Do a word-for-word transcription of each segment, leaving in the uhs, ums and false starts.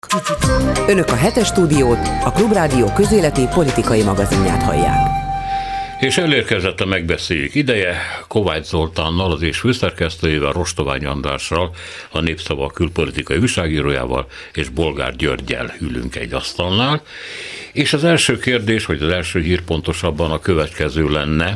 Önök a Hetes Stúdiót, a Klubrádió közéleti politikai magazinját hallják. És elérkezett a megbeszéljük ideje, Kovács Zoltánnal, az és főszerkesztőjével, Rostovány Andrással, a Népszava külpolitikai újságírójával és Bolgár Györggyel ülünk egy asztalnál. És az első kérdés, vagy az első hír pontosabban a következő lenne: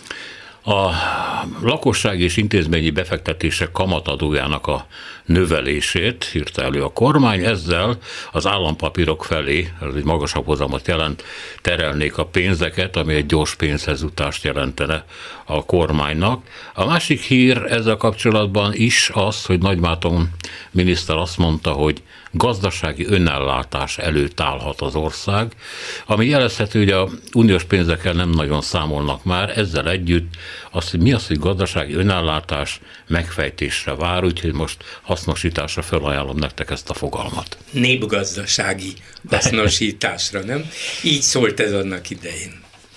a lakosság és intézményi befektetések kamatadójának a növelését írta elő a kormány, ezzel az állampapírok felé, ez egy magasabb hozamot jelent, terelnék a pénzeket, ami egy gyors pénzhez jutást jelentene a kormánynak. A másik hír ezzel kapcsolatban is az, hogy Nagy Márton miniszter azt mondta, hogy gazdasági önellátás előtt állhat az ország, ami jelezhető, hogy a uniós pénzekkel nem nagyon számolnak már, ezzel együtt azt, hogy mi az, hogy gazdasági önellátás megfejtésre vár, úgyhogy most hasznosításra felajánlom nektek ezt a fogalmat. Népgazdasági hasznosításra, nem? Így szólt ez annak idején.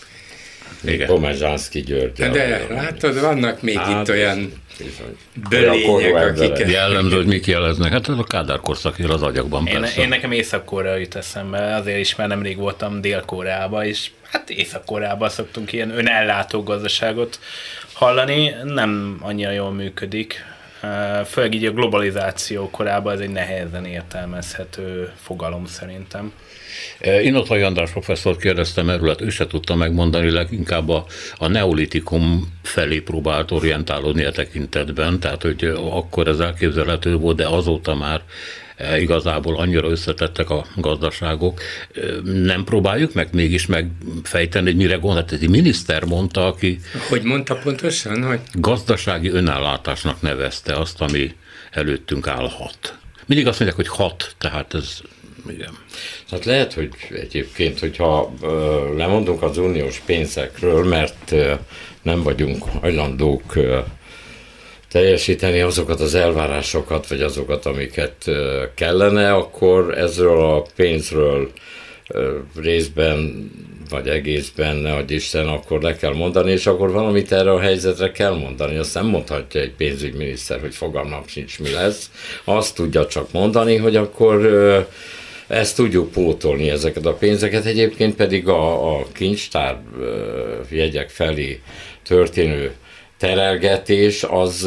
Igen. Pomezsánszky György. De látod, vannak még hát, itt olyan bölények, akiket... Jellemző, hogy mik jeleznek. Hát ez a Kádár korszak él az agyakban, én, persze. Én nekem Észak-Korea jut eszembe, azért is, mert nemrég voltam Dél-Koreában, és hát Észak-Koreában szoktunk ilyen önellátó gazdaságot hallani, nem annyira jól működik. Főleg így a globalizáció korában ez egy nehezen értelmezhető fogalom szerintem. Inothai András professzort kérdeztem erről, hát ő se tudta megmondani, leginkább a, a neolitikum felé próbált orientálódni a tekintetben, tehát hogy akkor ez elképzelhető volt, de azóta már igazából annyira összetettek a gazdaságok. Nem próbáljuk meg mégis megfejteni, hogy mire gondol? Hát egy miniszter mondta, aki... Hogy mondta pontosan? Hogy... Gazdasági önellátásnak nevezte azt, ami előttünk állhat. Mindig azt mondják, hogy hat, tehát ez... Igen. Hát lehet, hogy egyébként, hogyha ö, lemondunk az uniós pénzekről, mert ö, nem vagyunk hajlandók ö, teljesíteni azokat az elvárásokat, vagy azokat, amiket ö, kellene, akkor ezről a pénzről ö, részben, vagy egészben, ne adj Isten, akkor le kell mondani, és akkor valamit erre a helyzetre kell mondani. Azt nem mondhatja egy pénzügyminiszter, hogy fogalmam sincs, mi lesz. Azt tudja csak mondani, hogy akkor... Ö, ezt tudjuk pótolni, ezeket a pénzeket, egyébként pedig a, a kincstár jegyek felé történő terelgetés az,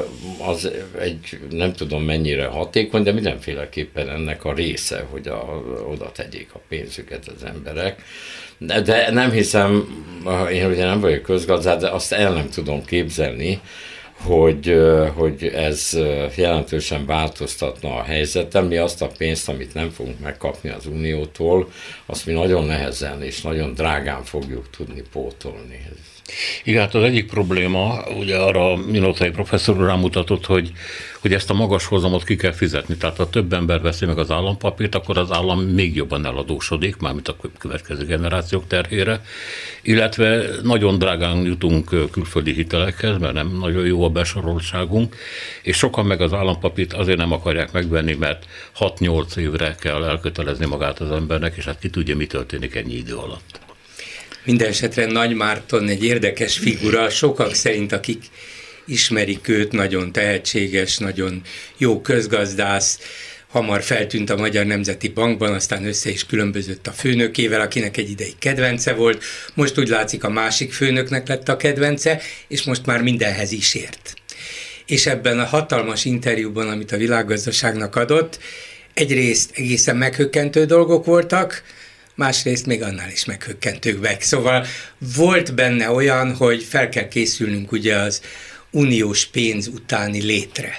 az egy nem tudom mennyire hatékony, de mindenféleképpen ennek a része, hogy a, oda tegyék a pénzüket az emberek. De, de nem hiszem, én ugye nem vagyok közgazdás, de azt el nem tudom képzelni, Hogy, hogy ez jelentősen változtatna a helyzeten. Mi azt a pénzt, amit nem fogunk megkapni az Uniótól, azt mi nagyon nehezen és nagyon drágán fogjuk tudni pótolni. Igen, hát az egyik probléma, ugye arra Inothai professzor rámutatott, hogy, hogy ezt a magas hozamot ki kell fizetni. Tehát ha több ember veszi meg az állampapírt, akkor az állam még jobban eladósodik, mármint a következő generációk terhére, illetve nagyon drágán jutunk külföldi hitelekhez, mert nem nagyon jó a besoroltságunk, és sokan meg az állampapírt azért nem akarják megvenni, mert hat-nyolc évre kell elkötelezni magát az embernek, és hát ki tudja, mi történik ennyi idő alatt. Mindenesetre Nagy Márton egy érdekes figura, sokak szerint, akik ismerik őt, nagyon tehetséges, nagyon jó közgazdász, hamar feltűnt a Magyar Nemzeti Bankban, aztán össze is különbözött a főnökével, akinek egy ideig kedvence volt, most úgy látszik a másik főnöknek lett a kedvence, és most már mindenhez is ért. És ebben a hatalmas interjúban, amit a Világgazdaságnak adott, egyrészt egészen meghökkentő dolgok voltak, másrészt még annál is meghökkentőbbek. Szóval volt benne olyan, hogy fel kell készülnünk ugye az uniós pénz utáni létre.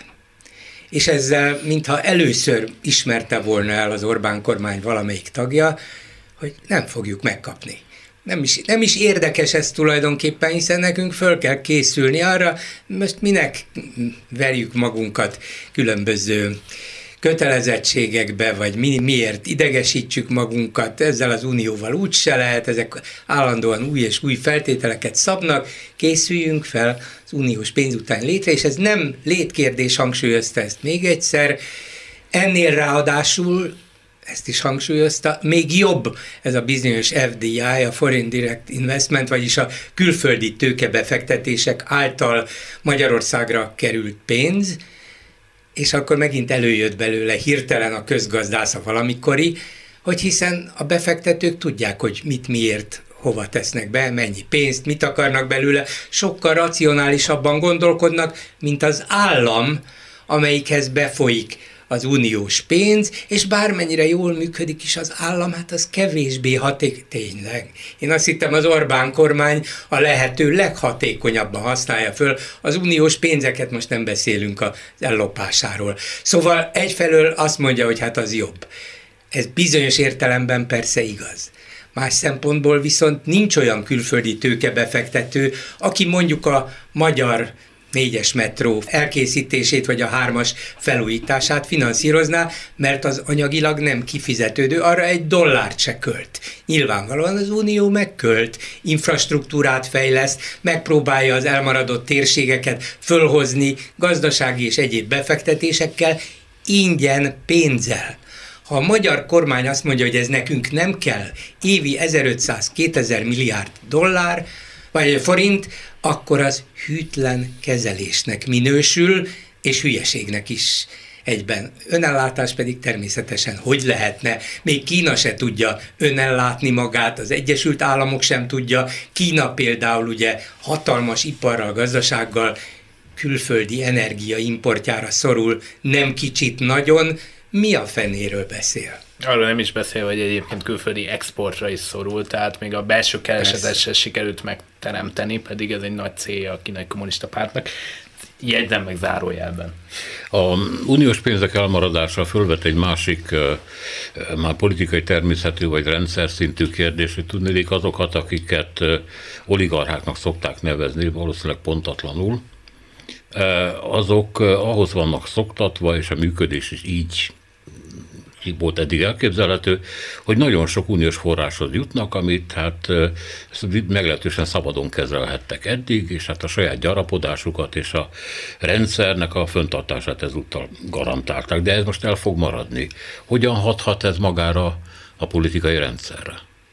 És ezzel, mintha először ismerte volna el az Orbán kormány valamelyik tagja, hogy nem fogjuk megkapni. Nem is, nem is érdekes ez tulajdonképpen, hiszen nekünk föl kell készülni arra, most minek verjük magunkat különböző kötelezettségekbe, vagy mi, miért idegesítsük magunkat, ezzel az unióval úgyse lehet, ezek állandóan új és új feltételeket szabnak, készüljünk fel az uniós pénz után létre, és ez nem létkérdés, hangsúlyozta ezt még egyszer, ennél ráadásul, ezt is hangsúlyozta, még jobb ez a bizonyos ef dé i, a Foreign Direct Investment, vagyis a külföldi tőkebefektetések által Magyarországra került pénz, és akkor megint előjött belőle hirtelen a közgazdász a valamikori, hogy hiszen a befektetők tudják, hogy mit miért hova tesznek be, mennyi pénzt, mit akarnak belőle, sokkal racionálisabban gondolkodnak, mint az állam, amelyikhez befolyik az uniós pénz, és bármennyire jól működik is az állam, hát az kevésbé haték... Tényleg. Én azt hittem, az Orbán kormány a lehető leghatékonyabban használja föl az uniós pénzeket, most nem beszélünk az ellopásáról. Szóval egyfelől azt mondja, hogy hát az jobb. Ez bizonyos értelemben persze igaz. Más szempontból viszont nincs olyan külföldi tőkebefektető, aki mondjuk a magyar négyes metró elkészítését, vagy a hármas felújítását finanszírozná, mert az anyagilag nem kifizetődő, arra egy dollárt se költ. Nyilvánvalóan az Unió megkölt, infrastruktúrát fejleszt, megpróbálja az elmaradott térségeket fölhozni gazdasági és egyéb befektetésekkel, ingyen pénzzel. Ha a magyar kormány azt mondja, hogy ez nekünk nem kell, évi ezerötszáz-kétezer milliárd dollár, vagy forint, akkor az hűtlen kezelésnek minősül, és hülyeségnek is egyben. Önellátás pedig természetesen hogy lehetne? Még Kína se tudja önellátni magát, az Egyesült Államok sem tudja. Kína például ugye hatalmas iparral, gazdasággal, külföldi energia importjára szorul, nem kicsit nagyon. Mi a fenéről beszél? Arról nem is beszél, hogy egyébként külföldi exportra is szorul, tehát még a belső keresetet se sikerült megteremteni, pedig ez egy nagy célja a kínai kommunista pártnak. Jegyzem meg zárójelben. A uniós pénzek elmaradása fölvet egy másik, már politikai természetű vagy rendszer szintű kérdés, hogy tudnék azokat, akiket oligarcháknak szokták nevezni, valószínűleg pontatlanul, azok ahhoz vannak szoktatva, és a működés is így volt eddig elképzelhető, hogy nagyon sok uniós forráshoz jutnak, amit hát meglehetősen szabadon kezelhettek eddig, és hát a saját gyarapodásukat és a rendszernek a föntartását ezúttal garantálták. De ez most el fog maradni. Hogyan hathat ez magára a politikai rendszerre?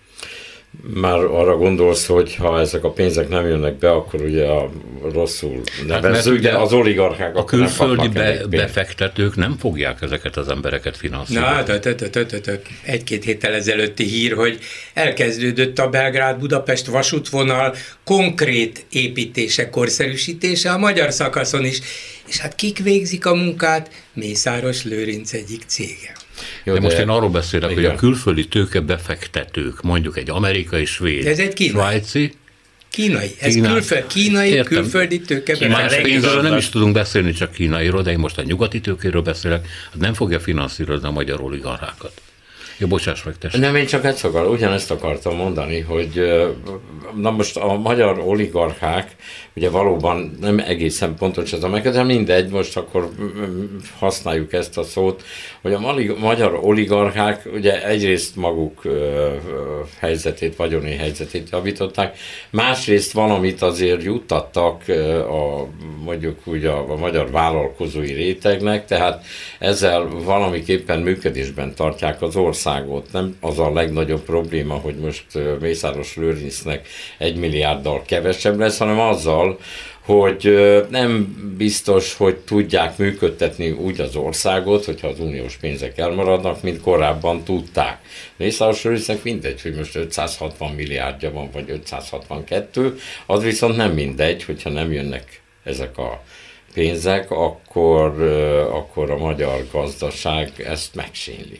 Már arra gondolsz, hogy ha ezek a pénzek nem jönnek be, akkor ugye a rosszul nevezzük, hát de az oligarchák a külföldi be, befektetők nem fogják ezeket az embereket finanszírozni. Na, egy-két héttel ezelőtti hír, hogy elkezdődött a Belgrád-Budapest vasútvonal konkrét építése, korszerűsítése a magyar szakaszon is, és hát kik végzik a munkát? Mészáros Lőrinc egyik cége. Jó, de, de most én arról beszélek, igen, hogy a külföldi tőkebefektetők, mondjuk egy amerikai, svéd, ez egy kínai. Svájci, Kínai, ez Kínai, külföld, kínai értem, külföldi tőkebefektetők. Más pénzről nem is tudunk beszélni, csak kínairól, de én most a nyugati tőkéről beszélek, az nem fogja finanszírozni a magyar oligarchákat. Jó, bocsáss meg, tessék. Nem, én csak ezt akar, ugyanezt akartam mondani, hogy na most a magyar oligarchák, ugye valóban nem egészen pontos ez a megközelítés, de mindegy, most akkor használjuk ezt a szót, hogy a magyar oligarchák ugye egyrészt maguk helyzetét, vagyoni helyzetét javították, másrészt valamit azért juttattak a, mondjuk úgy a, a magyar vállalkozói rétegnek, tehát ezzel valamiképpen működésben tartják az országot. Nem az a legnagyobb probléma, hogy most Mészáros Lőrincnek egy milliárddal kevesebb lesz, hanem azzal, hogy nem biztos, hogy tudják működtetni úgy az országot, hogyha az uniós pénzek elmaradnak, mint korábban tudták. Mészáros Lőrincnek mindegy, hogy most ötszázhatvan milliárdja van, vagy ötszázhatvankettő, az viszont nem mindegy, hogyha nem jönnek ezek a pénzek, akkor, akkor a magyar gazdaság ezt megsínli.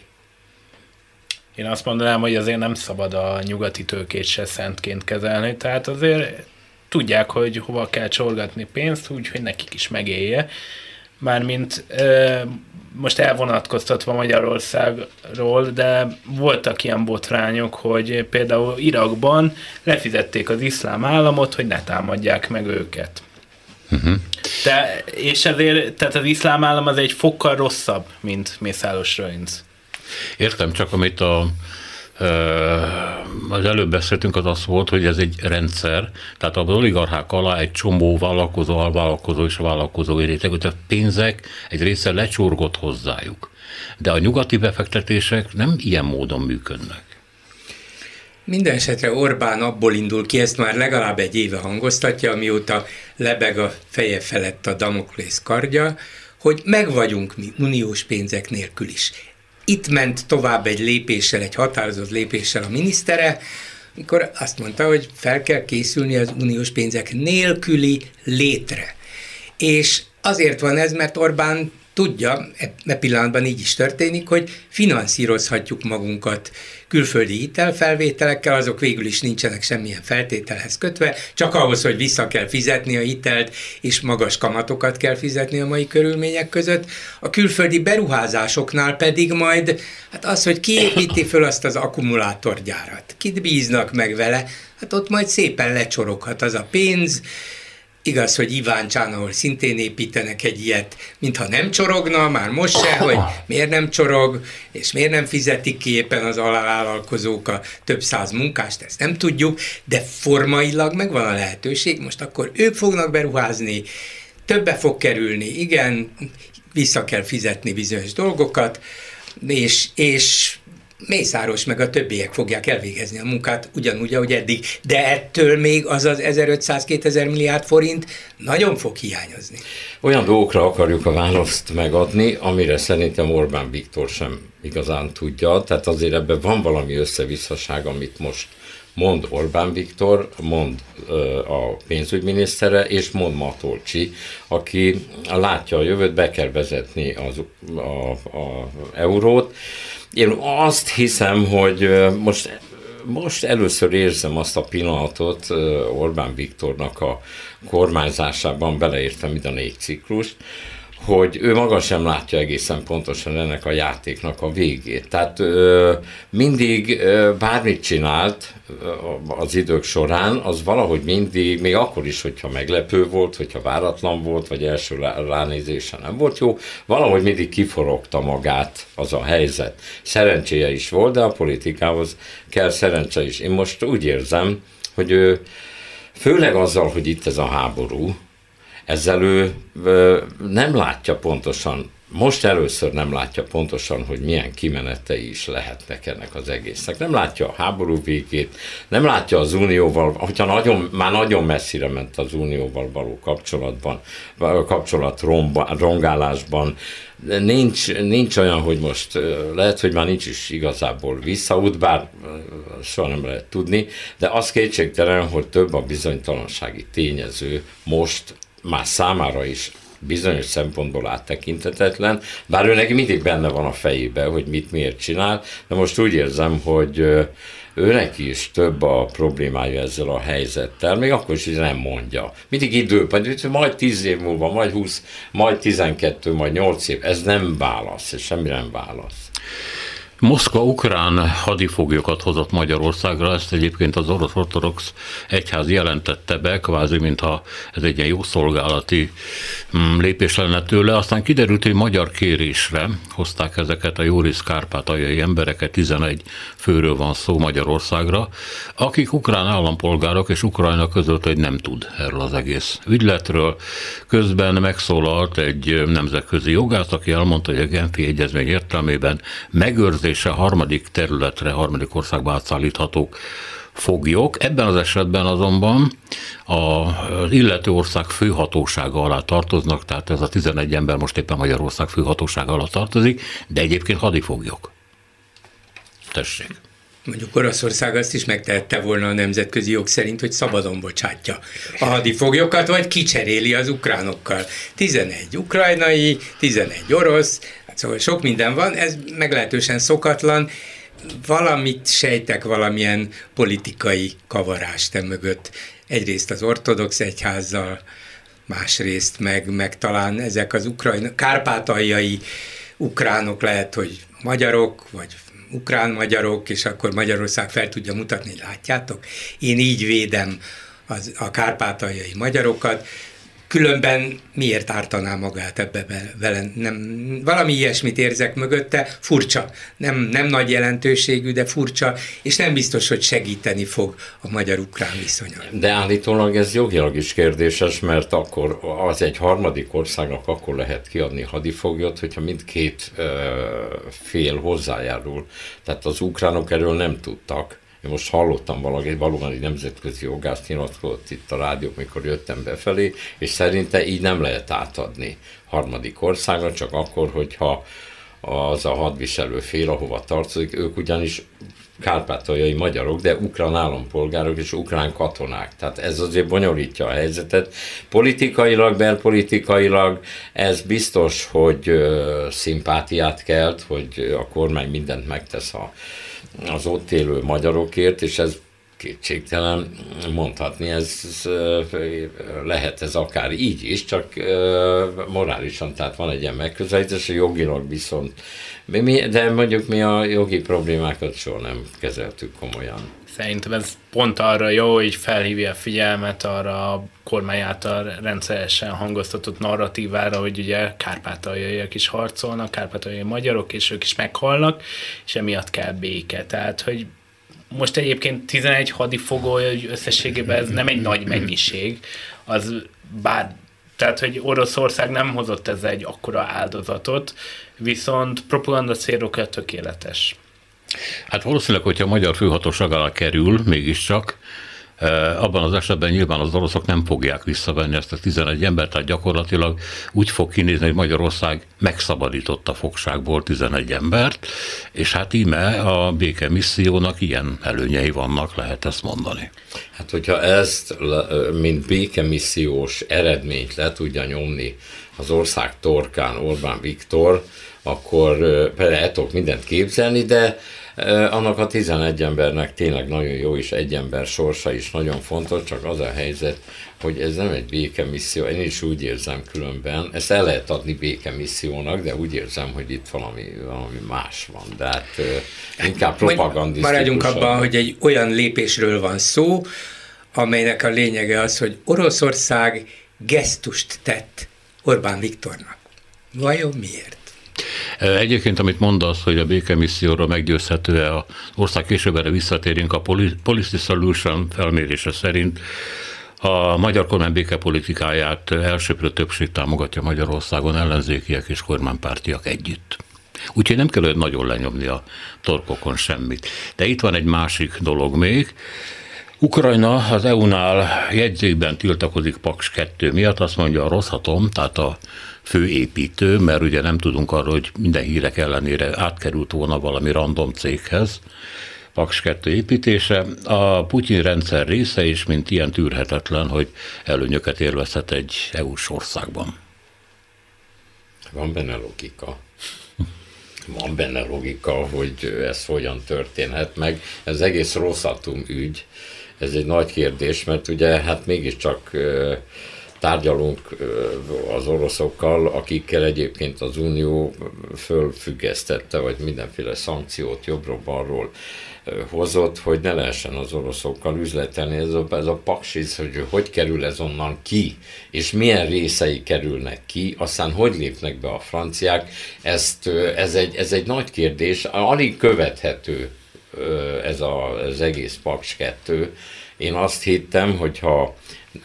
Én azt mondanám, hogy azért nem szabad a nyugati tőkét se szentként kezelni, tehát azért tudják, hogy hova kell csorgatni pénzt, úgyhogy nekik is megélje. Mármint most elvonatkoztatva Magyarországról, de voltak ilyen botrányok, hogy például Irakban lefizették az iszlám államot, hogy ne támadják meg őket. Uh-huh. De, és ezért, tehát az iszlám állam az egy fokkal rosszabb, mint Mészáros Lőrinc. Értem, csak amit a, az előbb beszéltünk, az az volt, hogy ez egy rendszer, tehát az oligarchák alá egy csomó vállalkozó, alvállalkozó és a vállalkozói réteg, hogy a pénzek egy része lecsorgott hozzájuk. De a nyugati befektetések nem ilyen módon működnek. Minden esetre Orbán abból indul ki, ezt már legalább egy éve hangoztatja, amióta lebeg a feje felett a Damoklész kardja, hogy meg vagyunk mi uniós pénzek nélkül is. Itt ment tovább egy lépéssel, egy határozott lépéssel a minisztere, amikor azt mondta, hogy fel kell készülni az uniós pénzek nélküli létre. És azért van ez, mert Orbán tudja, e pillanatban így is történik, hogy finanszírozhatjuk magunkat külföldi hitelfelvételekkel, azok végül is nincsenek semmilyen feltételhez kötve, csak ahhoz, hogy vissza kell fizetni a hitelt, és magas kamatokat kell fizetni a mai körülmények között. A külföldi beruházásoknál pedig majd hát az, hogy ki építi föl azt az akkumulátorgyárat, kit bíznak meg vele, hát ott majd szépen lecsoroghat az a pénz. Igaz, hogy Iváncsán, ahol szintén építenek egy ilyet, mintha nem csorogna, már most se, hogy miért nem csorog, és miért nem fizetik ki éppen az alávállalkozók a több száz munkást, ezt nem tudjuk, de formailag megvan a lehetőség, most akkor ők fognak beruházni, többe fog kerülni, igen, vissza kell fizetni bizonyos dolgokat, és, és Mészáros meg a többiek fogják elvégezni a munkát ugyanúgy, ahogy eddig, de ettől még az az ezerötszáz-kétezer milliárd forint nagyon fog hiányozni. Olyan dolgokra akarjuk a választ megadni, amire szerintem Orbán Viktor sem igazán tudja, tehát azért ebben van valami összevisszaság, amit most mond Orbán Viktor, mond ö, a pénzügyminisztere, és mond Matolcsy, aki látja a jövőt, be kell vezetni az a, a eurót. Én azt hiszem, hogy most, most először érzem azt a pillanatot Orbán Viktornak a kormányzásában, beleértem ide a négy ciklust, hogy ő maga sem látja egészen pontosan ennek a játéknak a végét. Tehát ö, mindig ö, bármit csinált ö, az idők során, az valahogy mindig, még akkor is, hogyha meglepő volt, hogyha váratlan volt, vagy első ránézése nem volt jó, valahogy mindig kiforogta magát az a helyzet. Szerencséje is volt, de a politikához kell szerencse is. Én most úgy érzem, hogy ő főleg azzal, hogy itt ez a háború, ezzel ő nem látja pontosan, most először nem látja pontosan, hogy milyen kimenetei is lehetnek ennek az egésznek. Nem látja a háború végét, nem látja az unióval, hogyha nagyon, már nagyon messzire ment az unióval való kapcsolatban, kapcsolat rongálásban. Nincs, nincs olyan, hogy most lehet, hogy már nincs is igazából visszaút, bár soha nem lehet tudni, de az kétségtelen, hogy több a bizonytalansági tényező most, már számára is bizonyos szempontból áttekinthetetlen, bár ő neki mindig benne van a fejében, hogy mit miért csinál, de most úgy érzem, hogy őnek is több a problémája ezzel a helyzettel, még akkor is, hogy nem mondja. Mindig idő, majd tíz év múlva, majd húsz, majd tizenkettő, majd nyolc év, ez nem válasz, ez semmi nem válasz. Moszkva ukrán hadifoglyokat hozott Magyarországra, ezt egyébként az orosz ortodox egyház jelentette be, kvázi mintha ez egy ilyen jó szolgálati lépés lenne tőle. Aztán kiderült, hogy magyar kérésre hozták ezeket a Jórisz kárpátaljai embereket, tizenegy főről van szó Magyarországra, akik ukrán állampolgárok, és Ukrajna között, hogy nem tud erről az egész ügyletről. Közben megszólalt egy nemzetközi jogász, aki elmondta, hogy a Genfi Egyezmény értelmében megőrzi és a harmadik területre, harmadik országba átszállíthatók foglyok. Ebben az esetben azonban az illető ország főhatósága alá tartoznak, tehát ez a tizenegy ember most éppen Magyarország főhatósága alá tartozik, de egyébként hadifoglyok. Tessék. Mondjuk Oroszország azt is megtehette volna a nemzetközi jog szerint, hogy szabadon bocsátja a hadifoglyokat, vagy kicseréli az ukránokkal. tizenegy ukrajnai, tizenegy orosz, hát szóval sok minden van, ez meglehetősen szokatlan, valamit sejtek, valamilyen politikai kavarást e mögött. Egyrészt az ortodox egyházzal, másrészt meg, meg talán ezek az ukrajna, kárpátaljai ukránok lehet, hogy magyarok, vagy ukrán magyarok, és akkor Magyarország fel tudja mutatni, hogy látjátok, én így védem az, a kárpátaljai magyarokat, különben miért ártaná magát ebbe vele? Nem, valami ilyesmit érzek mögötte, furcsa, nem, nem nagy jelentőségű, de furcsa, és nem biztos, hogy segíteni fog a magyar-ukrán viszonyon. De állítólag ez jogilag is kérdéses, mert akkor az egy harmadik országnak akkor lehet kiadni hadifoglyot, hogyha mindkét ö, fél hozzájárul. Tehát az ukránok erről nem tudtak. Én most hallottam valaki, valóban egy nemzetközi jogász nyilatkozott itt a rádió, mikor jöttem befelé, és szerinte így nem lehet átadni harmadik országra, csak akkor, hogyha az a hadviselő fél, ahova tartozik, ők ugyanis kárpátaljai magyarok, de ukrán állampolgárok és ukrán katonák. Tehát ez azért bonyolítja a helyzetet. Politikailag, belpolitikailag ez biztos, hogy ö, szimpátiát kelt, hogy a kormány mindent megtesz a, az ott élő magyarokért, és ez kétségtelen mondhatni, ez lehet ez akár így is, csak morálisan, tehát van egy ilyen megközelítés, jogilag viszont, de mondjuk mi a jogi problémákat soha nem kezeltük komolyan. Szerintem ez pont arra jó, hogy felhívja a figyelmet arra a kormány által rendszeresen hangoztatott narratívára, hogy ugye kárpátaljaiak is harcolnak, kárpátaljai magyarok, és ők is meghalnak, és emiatt kell béke. Tehát, hogy most egyébként tizenegy hadifogoly összességében ez nem egy nagy mennyiség, az bár, tehát, hogy Oroszország nem hozott ezzel egy akkora áldozatot, viszont propaganda célokra tökéletes. Hát valószínűleg, hogyha a magyar főhatóság alá kerül, mégiscsak, abban az esetben nyilván az oroszok nem fogják visszavenni ezt a tizenegy embert, tehát gyakorlatilag úgy fog kinézni, hogy Magyarország megszabadította fogságból tizenegy embert, és hát íme a békemissziónak ilyen előnyei vannak, lehet ezt mondani. Hát, hogyha ezt, mint békemissziós eredményt le tudja nyomni az ország torkán Orbán Viktor, akkor el tudok mindent képzelni, de annak a tizenegy embernek tényleg nagyon jó, és egy ember sorsa is nagyon fontos, csak az a helyzet, hogy ez nem egy békemisszió, én is úgy érzem különben, ezt el lehet adni békemissziónak, de úgy érzem, hogy itt valami, valami más van, de hát inkább propagandisztikus. Maradjunk abban, hogy egy olyan lépésről van szó, amelynek a lényege az, hogy Oroszország gesztust tett Orbán Viktornak. Vajon miért? Egyébként, amit mondasz, hogy a békemisszióra meggyőzhető-e az ország, később erre visszatérünk, a Policy Solution felmérése szerint a magyar kormány békepolitikáját elsőprő többség támogatja Magyarországon, ellenzékiek és kormánypártiak együtt. Úgyhogy nem kell olyan nagyon lenyomni a torkokon semmit. De itt van egy másik dolog még. Ukrajna az é u-nál jegyzékben tiltakozik Paks kettő miatt, azt mondja a Rosatom, tehát a főépítő, mert ugye nem tudunk arról, hogy minden hírek ellenére átkerült volna valami random céghez, Paks kettő építése. A Putyin rendszer része is, mint ilyen tűrhetetlen, hogy előnyöket élvezhet egy é u-s országban. Van benne logika. Van benne logika, hogy ez hogyan történhet meg. Ez egész Rosatom ügy. Ez egy nagy kérdés, mert ugye hát mégiscsak tárgyalunk az oroszokkal, akikkel egyébként az Unió fölfüggesztette, vagy mindenféle szankciót jobbról-balról hozott, hogy ne lehessen az oroszokkal üzletelni. Ez a, ez a paksis, hogy hogy kerül ez onnan ki, és milyen részei kerülnek ki, aztán hogy lépnek be a franciák, ezt, ez, egy, ez egy nagy kérdés, alig követhető ez a, az egész Paks kettő. Én azt hittem, hogyha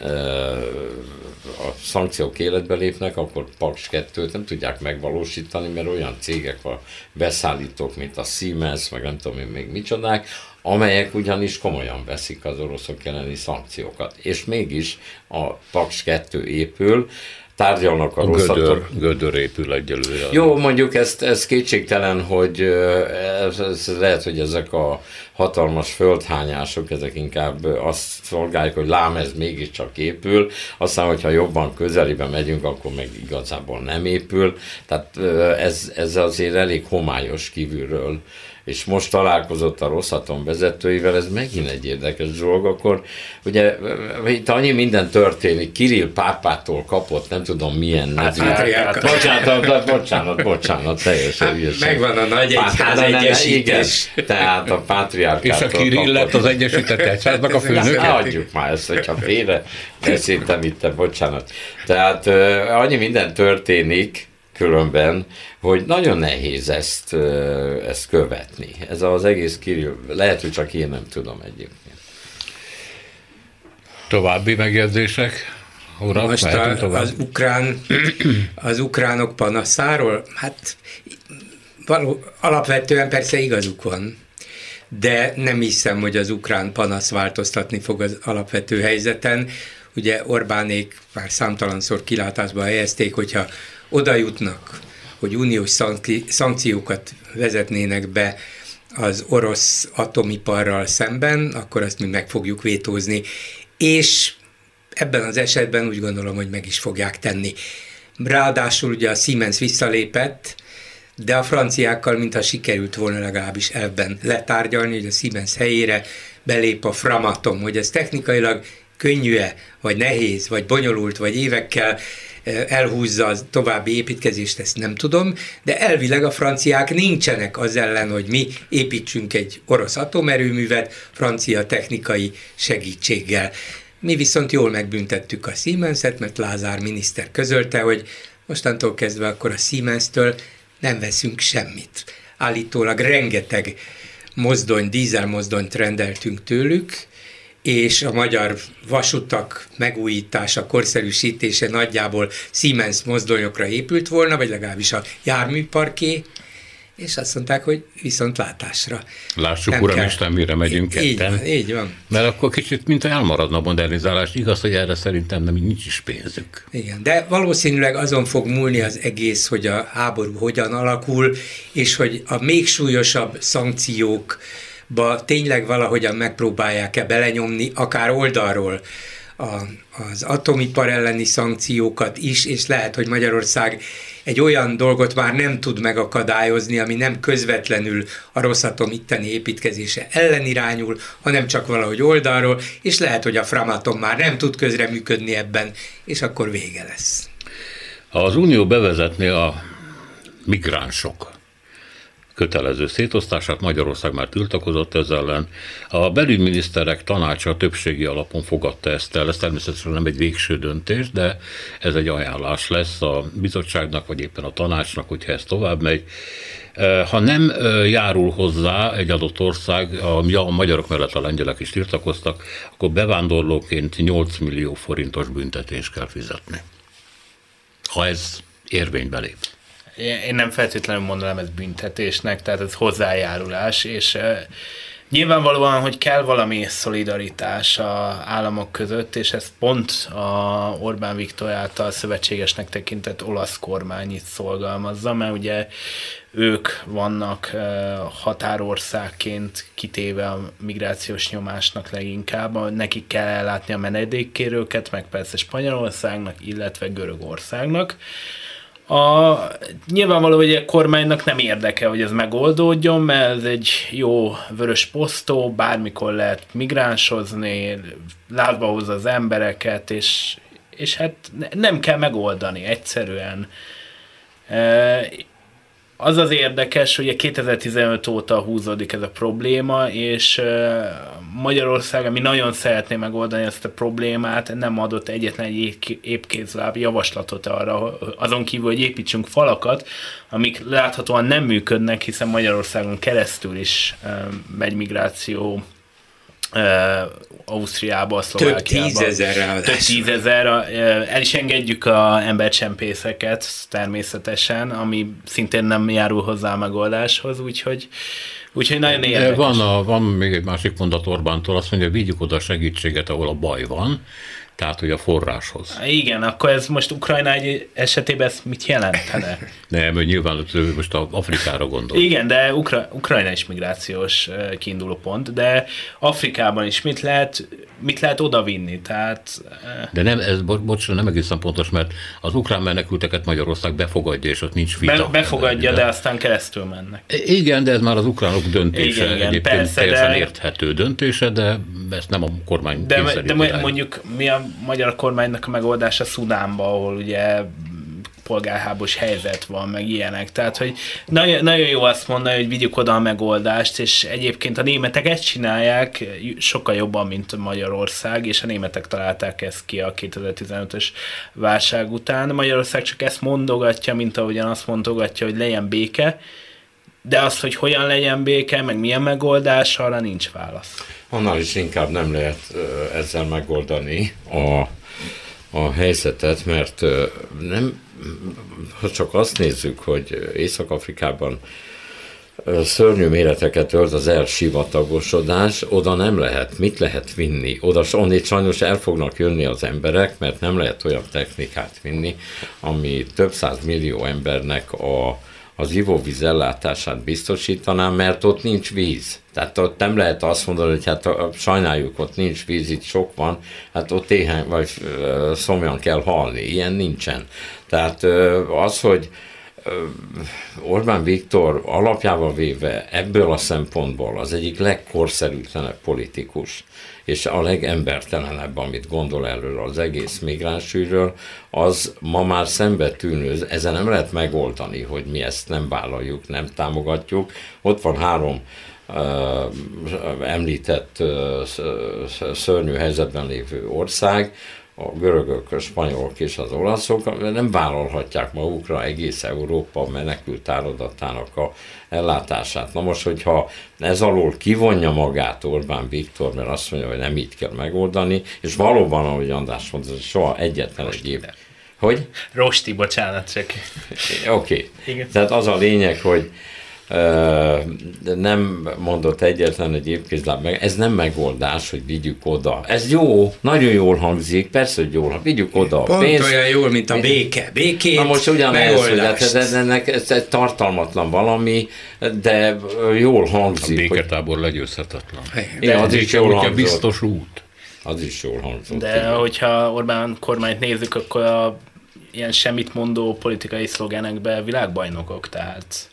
a szankciók életbe lépnek, akkor Paks kettőt nem tudják megvalósítani, mert olyan cégek van, beszállítók, mint a Siemens, meg nem tudom én még micsodák, amelyek ugyanis komolyan veszik az oroszok elleni szankciókat. És mégis a Paks kettő épül, tárgyalnak a, a Rosatom. Gödör épül egyelőre. Jó, mondjuk ezt, ez kétségtelen, hogy ez, ez lehet, hogy ezek a hatalmas földhányások, ezek inkább azt szolgálják, hogy lám ez mégiscsak épül, aztán, hogyha jobban közelébe megyünk, akkor meg igazából nem épül. Tehát ez, ez azért elég homályos kívülről. És most találkozott a Rosatom vezetőivel, ez megint egy érdekes dolog, akkor ugye itt annyi minden történik, Kirill pápától kapott, nem tudom milyen nevű. Bocsánat, bocsánat, bocsánat, teljesen ügyesen. Megvan a nagy egyház egyesítés. Tehát a pátriárkától és a Kirill lett az Egyesített Egyháznak a főnöke? Adjuk már ezt, hogyha félre beszéltem itt, bocsánat. Tehát annyi minden történik, különben, hogy nagyon nehéz ezt, ezt követni. Ez az egész Kirill, lehet, hogy csak én nem tudom egyébként. További megjegyzések? Urak, most a, az, ukrán, az ukránok panaszáról, hát való, alapvetően persze igazuk van. de nem hiszem, hogy az ukrán panasz változtatni fog az alapvető helyzeten. Ugye Orbánék már számtalanszor kilátásba helyezték, hogyha oda jutnak, hogy uniós szankciókat vezetnének be az orosz atomiparral szemben, akkor azt mi meg fogjuk vétózni. És ebben az esetben úgy gondolom, hogy meg is fogják tenni. Ráadásul ugye a Siemens visszalépett, de a franciákkal mintha sikerült volna legalábbis elvben letárgyalni, hogy a Siemens helyére belép a Framatome, hogy ez technikailag könnyű-e, vagy nehéz, vagy bonyolult, vagy évekkel elhúzza a további építkezést, ezt nem tudom, de elvileg a franciák nincsenek az ellen, hogy mi építsünk egy orosz atomerőművet francia technikai segítséggel. Mi viszont jól megbüntettük a Siemenset, mert Lázár miniszter közölte, hogy mostantól kezdve akkor a Siemenstől nem veszünk semmit. Állítólag rengeteg mozdony, dízelmozdonyt rendeltünk tőlük, és a magyar vasutak megújítása, korszerűsítése nagyjából Siemens mozdonyokra épült volna, vagy legalábbis a járműparké, és azt mondták, hogy viszontlátásra. Lássuk, nem uram, kell. Isten, mire megyünk így ketten. Van, így van. Mert akkor kicsit, mint elmaradna a modernizálás. Igaz, hogy erre szerintem nem, nincs is pénzük. Igen, de valószínűleg azon fog múlni az egész, hogy a háború hogyan alakul, és hogy a még súlyosabb szankciókba tényleg valahogyan megpróbálják-e belenyomni, akár oldalról a, az atomipar elleni szankciókat is, és lehet, hogy Magyarország egy olyan dolgot már nem tud megakadályozni, ami nem közvetlenül a Rosatom itteni építkezése ellen irányul, hanem csak valahogy oldalról, és lehet, hogy a Framatome már nem tud közreműködni ebben, és akkor vége lesz. Az Unió bevezetné a migránsok kötelező szétosztását, Magyarország már tiltakozott ezzel ellen. A belügyminiszterek tanácsa többségi alapon fogadta ezt el, ez természetesen nem egy végső döntés, de ez egy ajánlás lesz a bizottságnak, vagy éppen a tanácsnak, hogyha ez tovább megy. Ha nem járul hozzá egy adott ország, a magyarok mellett a lengyelek is tiltakoztak, akkor bevándorlóként nyolc millió forintos büntetést kell fizetni, ha ez érvénybe lép. Én nem feltétlenül mondanám ez büntetésnek, tehát ez hozzájárulás, és uh, nyilvánvalóan, hogy kell valami szolidaritás az államok között, és ez pont a Orbán Viktor által szövetségesnek tekintett olasz kormány itt szorgalmazza, mert ugye ők vannak uh, határországként kitéve a migrációs nyomásnak leginkább, nekik kell ellátni a menedékkérőket, meg persze Spanyolországnak, illetve Görögországnak. A, nyilvánvaló, hogy a kormánynak nem érdeke, hogy ez megoldódjon, mert ez egy jó vörös posztó, bármikor lehet migránsozni, látba hozza az embereket, és, és hát nem kell megoldani egyszerűen. Az az érdekes, hogy kétezer-tizenöt óta húzódik ez a probléma, és Magyarország, ami nagyon szeretné megoldani ezt a problémát, nem adott egyetlen egy épkézláb javaslatot arra, azon kívül, hogy építsünk falakat, amik láthatóan nem működnek, hiszen Magyarországon keresztül is megy migráció Ausztriába, Szlovákiába. Több tízezer ráadásul. Több tízezer. El is engedjük a embercsempészeket természetesen, ami szintén nem járul hozzá a megoldáshoz, úgyhogy, úgyhogy nagyon érdekes. Van, a, van még egy másik mondat Orbántól, azt mondja, vigyük oda a segítséget, ahol a baj van, tehát, hogy a forráshoz. Igen, akkor ez most Ukrajna egy esetében ez mit jelentene? Nem, nyilván most a Afrikára gondol. Igen, de Ukra- Ukrajna is migrációs kiinduló pont, de Afrikában is mit lehet, mit lehet odavinni? Tehát, de nem, ez, bo- bocs, nem egészen pontos, mert az ukrán menekülteket Magyarország befogadja, és ott nincs vita. Be- befogadja, de, de aztán keresztül mennek. Igen, de ez már az ukránok döntése. Igen, igen, egyébként persze, teljesen de... érthető döntése, de ezt nem a kormány de, kényszerít. De mondjuk mi a magyar kormánynak a megoldása Szudánban, ahol ugye polgárháborús helyzet van, meg ilyenek. Tehát, hogy nagyon, nagyon jó azt mondani, hogy vigyük oda a megoldást, és egyébként a németek ezt csinálják sokkal jobban, mint Magyarország, és a németek találták ezt ki a kétezer-tizenötös válság után. Magyarország csak ezt mondogatja, mint ahogyan azt mondogatja, hogy legyen béke, de az, hogy hogyan legyen béke, meg milyen megoldás, arra nincs válasz. Annál is inkább nem lehet ezzel megoldani a, a helyzetet, mert nem, ha csak azt nézzük, hogy Észak-Afrikában szörnyű méreteket ölt az elsivatagosodás, oda nem lehet, mit lehet vinni? Oda onnét sajnos el fognak jönni az emberek, mert nem lehet olyan technikát vinni, ami több száz millió embernek a, az ivóvíz ellátását biztosítaná, mert ott nincs víz. Tehát ott nem lehet azt mondani, hogy hát sajnáljuk, ott nincs víz, itt sok van, hát ott éhen vagy szomjan kell halni. Ilyen nincsen. Tehát az, hogy Orbán Viktor alapjával véve ebből a szempontból az egyik legkorszerűtlenebb politikus, és a legembertelenebb, amit gondol erről az egész migránsügyről, az ma már szembetűnő, ezen nem lehet megoldani, hogy mi ezt nem vállaljuk, nem támogatjuk. Ott van három uh, említett uh, szörnyű helyzetben lévő ország, a görögök, a spanyolok és az olaszok nem vállalhatják magukra egész Európa menekült áradatának a ellátását. Na most, hogyha ez alól kivonja magát Orbán Viktor, mert azt mondja, hogy nem így kell megoldani, és valóban, ahogy András mondta, soha egyetlen egy év. Hogy? Rosti, bocsánat, csak. Oké. Okay. Tehát az a lényeg, hogy de nem mondott egyetlen egy évkézláb meg, ez nem megoldás, hogy vigyük oda. Ez jó, nagyon jól hangzik, persze, hogy jól, vigyük oda a Pont pénzt. olyan jól, mint a béke. Békét, na most ugyanez, hogy ez, ennek, ez egy tartalmatlan valami, de jól hangzik. A béketábor hogy... legyőzhetetlen. Igen, az is jól hangzott. Biztos út. Az is jól hangzott. De igen. Hogyha Orbán kormányt nézzük, akkor a ilyen semmit mondó politikai szlogenekben világbajnokok, tehát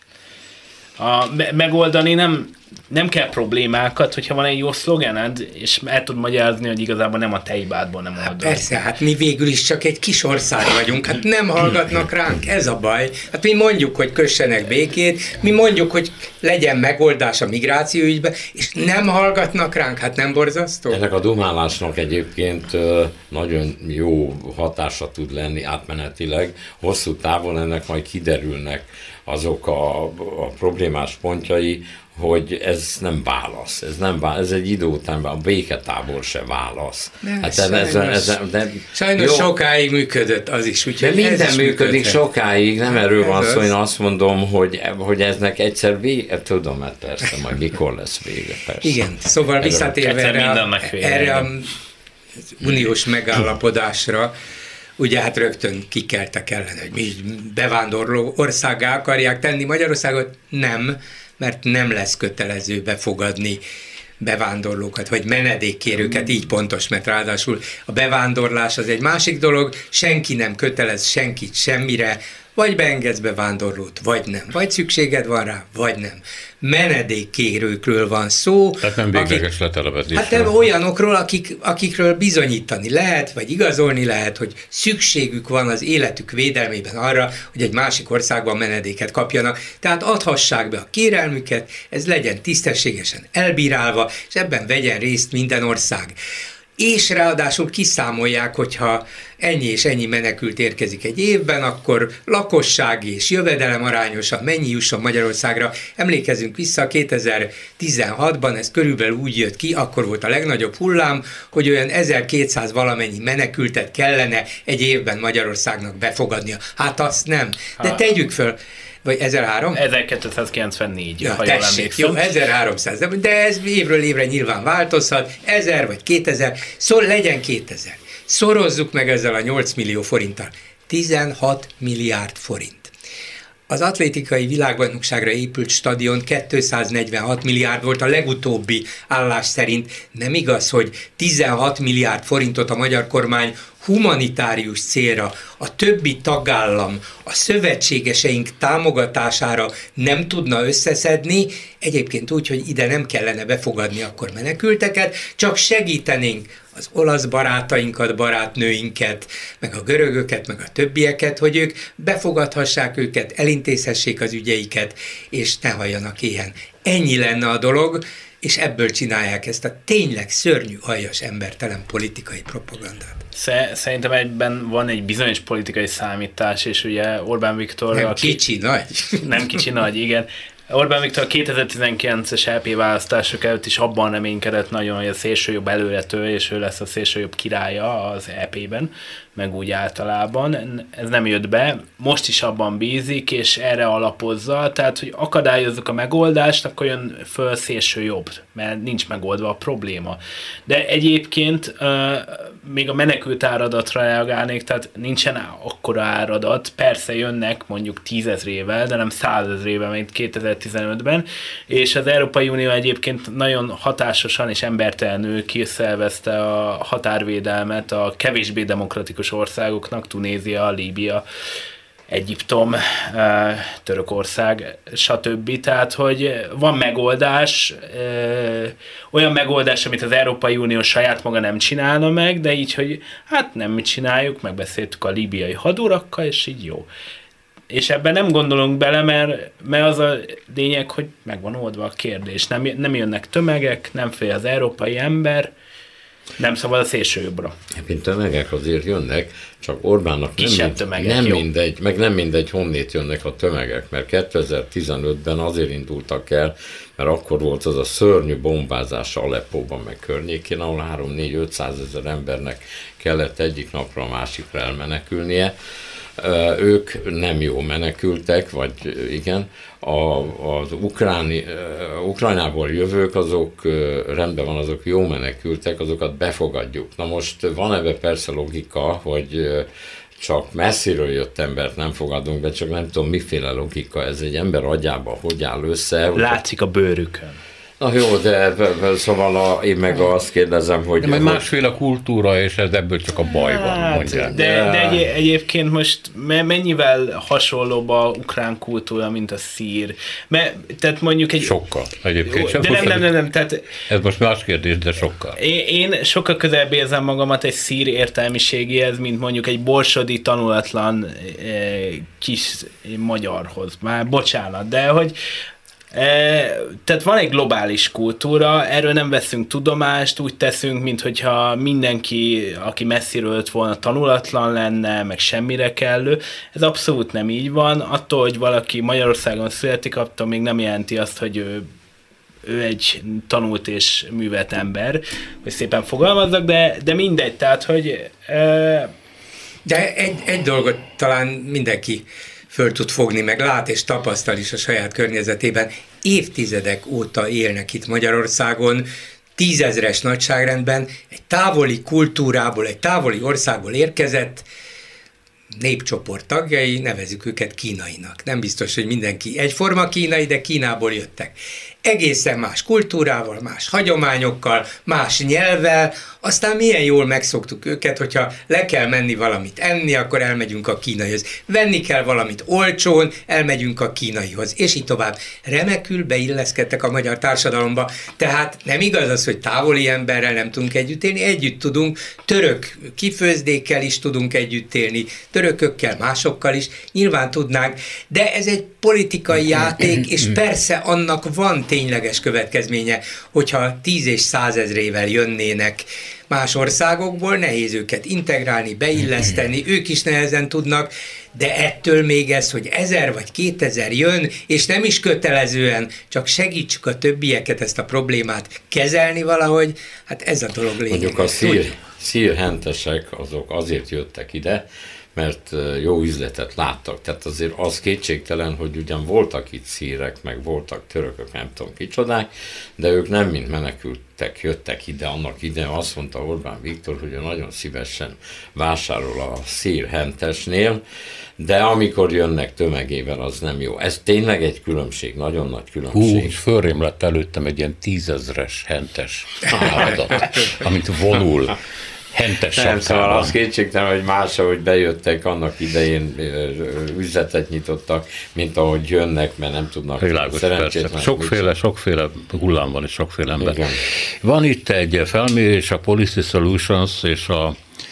A, me- megoldani nem, nem kell problémákat, hogyha van egy jó szlogened, és el tud magyarázni, hogy igazából nem a te hibádból nem oldani. Hát persze, hát mi végül is csak egy kis ország vagyunk, hát nem hallgatnak ránk, ez a baj. Hát mi mondjuk, hogy kössenek békét, mi mondjuk, hogy legyen megoldás a migrációügyben, és nem hallgatnak ránk, hát nem borzasztó? Ennek a dumálásnak egyébként nagyon jó hatása tud lenni átmenetileg, hosszú távon ennek majd kiderülnek azok a, a problémás pontjai, hogy ez nem válasz, ez nem válasz, ez egy idő után, a béketábor se válasz. De hát sajnos, ez, ez, de, sajnos jó, sokáig működött az is, úgyhogy de minden is működik működhet. Sokáig, nem erről van szó, én az. azt mondom, hogy, hogy eznek egyszer vége, tudom, mert persze, majd mikor lesz vége, persze. Igen, szóval visszatérve erre, a, erre a uniós megállapodásra, ugye hát rögtön kikeltek ellen, hogy mi bevándorló országgá akarják tenni Magyarországot. Nem, mert nem lesz kötelező befogadni bevándorlókat, vagy menedékkérőket, így pontos, mert ráadásul a bevándorlás az egy másik dolog, senki nem kötelez senkit semmire, vagy beengedsz bevándorlót, vagy nem. Vagy szükséged van rá, vagy nem. Menedékkérőkről van szó. Tehát nem végleges letelepedésről. Hát olyanokról, akik, akikről bizonyítani lehet, vagy igazolni lehet, hogy szükségük van az életük védelmében arra, hogy egy másik országban menedéket kapjanak. Tehát adhassák be a kérelmüket, ez legyen tisztességesen elbírálva, és ebben vegyen részt minden ország. És ráadásul kiszámolják, hogyha ennyi és ennyi menekült érkezik egy évben, akkor lakossági és jövedelem arányosan mennyi jusson Magyarországra. Emlékezzünk vissza, kétezer-tizenhatban ez körülbelül úgy jött ki, akkor volt a legnagyobb hullám, hogy olyan ezerkétszáz valamennyi menekültet kellene egy évben Magyarországnak befogadnia. Hát azt nem. De tegyük föl, vagy ezerhárom? ezerkétszázkilencvennégy, ja, ha jól tessék, emlékszem. jó, ezerháromszáz, de ez évről évre nyilván változhat, ezer vagy kétezer, szóval legyen kétezer. Szorozzuk meg ezzel a nyolc millió forinttal. tizenhat milliárd forint. Az atlétikai világbajnokságra épült stadion kétszáznegyvenhat milliárd volt a legutóbbi állás szerint. Nem igaz, hogy tizenhat milliárd forintot a magyar kormány humanitárius célra, a többi tagállam, a szövetségeseink támogatására nem tudna összeszedni, egyébként úgy, hogy ide nem kellene befogadni akkor menekülteket, csak segítenénk az olasz barátainkat, barátnőinket, meg a görögöket, meg a többieket, hogy ők befogadhassák őket, elintézhessék az ügyeiket, és ne halljanak éhen. Ennyi lenne a dolog, és ebből csinálják ezt a tényleg szörnyű, aljas, embertelen politikai propagandát. Szerintem egyben van egy bizonyos politikai számítás, és ugye Orbán Viktor... Nem aki, kicsi, nagy. Nem kicsi, nagy, igen. Orbán Viktor a kétezer-tizenkilences é pé választások előtt is abban reménykedett nagyon, hogy a szélsőjobb előrető, és ő lesz a szélsőjobb királya az é pében, meg úgy általában. Ez nem jött be, most is abban bízik, és erre alapozza, tehát, hogy akadályozzuk a megoldást, akkor jön föl szélső jobb, mert nincs megoldva a probléma. De egyébként uh, még a menekült áradatra reagálnék, tehát nincsen akkora áradat, persze jönnek mondjuk tízezrével, de nem százezrével, mint kétezer-tizenötben, és az Európai Unió egyébként nagyon hatásosan és embertelenül kiszervezte a határvédelmet a kevésbé demokratikus országoknak, Tunézia, Líbia, Egyiptom, Törökország, stb. Tehát, hogy van megoldás, olyan megoldás, amit az Európai Unió saját maga nem csinálna meg, de így, hogy hát nem mi csináljuk, megbeszéltük a líbiai hadurakkal, és így jó. És ebben nem gondolunk bele, mert, mert az a lényeg, hogy meg van oldva a kérdés. Nem, nem jönnek tömegek, nem fél az európai ember, nem szabad a szélső jobbra. Mint tömegek azért jönnek, csak Orbánnak nem, mind, tömegek, nem mindegy, meg nem mindegy, honnét jönnek a tömegek, mert kétezer-tizenötben azért indultak el, mert akkor volt az a szörnyű bombázása Aleppóban meg környékén, ahol három-négy-ötszázezer embernek kellett egyik napra a másikra elmenekülnie. Ők nem jó menekültek, vagy igen, a, az ukráni, Ukrajnából jövők, azok rendben van, azok jó menekültek, azokat befogadjuk. Na most van ebbe persze logika, hogy csak messziről jött embert nem fogadunk be, csak nem tudom miféle logika ez egy ember agyába, hogy áll össze. Látszik a bőrükön. Na jó, de szóval a, én meg azt kérdezem, hogy... De meg másféle kultúra, és ez ebből csak a baj van, hát, mondják. De, de egy, egyébként most mennyivel hasonlóbb a ukrán kultúra, mint a szír? Mert, tehát mondjuk egy... Sokkal egyébként. Jó, de nem, nem, nem, nem, tehát... Ez most más kérdés, de sokkal. Én, én sokkal közelebb érzem magamat egy szír értelmiségéhez, mint mondjuk egy borsodi tanulatlan eh, kis magyarhoz. Már bocsánat, de hogy... E, tehát van egy globális kultúra, erről nem veszünk tudomást, úgy teszünk, minthogyha mindenki, aki messziről jött volna, tanulatlan lenne, meg semmire kellő. Ez abszolút nem így van. Attól, hogy valaki Magyarországon születik, attól még nem jelenti azt, hogy ő, ő egy tanult és művelt ember, hogy szépen fogalmazzak, de, de mindegy, tehát, hogy... E... De egy, egy dolgot talán mindenki föl tud fogni, meg lát és tapasztal is a saját környezetében. Évtizedek óta élnek itt Magyarországon, tízezres nagyságrendben, egy távoli kultúrából, egy távoli országból érkezett népcsoport tagjai, nevezzük őket kínainak. Nem biztos, hogy mindenki egyforma kínai, de Kínából jöttek. Egészen más kultúrával, más hagyományokkal, más nyelvvel, aztán milyen jól megszoktuk őket, hogyha le kell menni valamit enni, akkor elmegyünk a kínaihoz. Venni kell valamit olcsón, elmegyünk a kínaihoz, és így tovább. Remekül beilleszkedtek a magyar társadalomba, tehát nem igaz az, hogy távoli emberrel nem tudunk együtt élni, együtt tudunk, török kifőzdékkel is tudunk együtt élni, törökökkel, másokkal is, nyilván tudnánk, de ez egy politikai játék, és persze annak van tényleges következménye, hogyha tíz és százezrével jönnének más országokból, nehéz őket integrálni, beilleszteni, ők is nehezen tudnak, de ettől még ez, hogy ezer vagy kétezer jön, és nem is kötelezően, csak segítsük a többieket ezt a problémát kezelni valahogy, hát ez a dolog lényeges. Mondjuk a szír, szírhentesek azok azért jöttek ide, mert jó üzletet láttak. Tehát azért az kétségtelen, hogy ugyan voltak itt szírek, meg voltak törökök, nem tudom kicsodák, de ők nem mint menekültek, jöttek ide, annak ide azt mondta Orbán Viktor, hogy ő nagyon szívesen vásárol a szírhentesnél, de amikor jönnek tömegével, az nem jó. Ez tényleg egy különbség, nagyon nagy különbség. Hú, és fölrém lett előttem egy ilyen tízezres hentes áradat, amit vonul. Hentes nem, szóval az kétségtelen, hogy más, ahogy bejöttek, annak idején üzletet nyitottak, mint ahogy jönnek, mert nem tudnak szerencsétlen. Sokféle, sokféle hullám van, és sokféle ember. Igen. Van itt egy felmérés, a Policy Solutions és a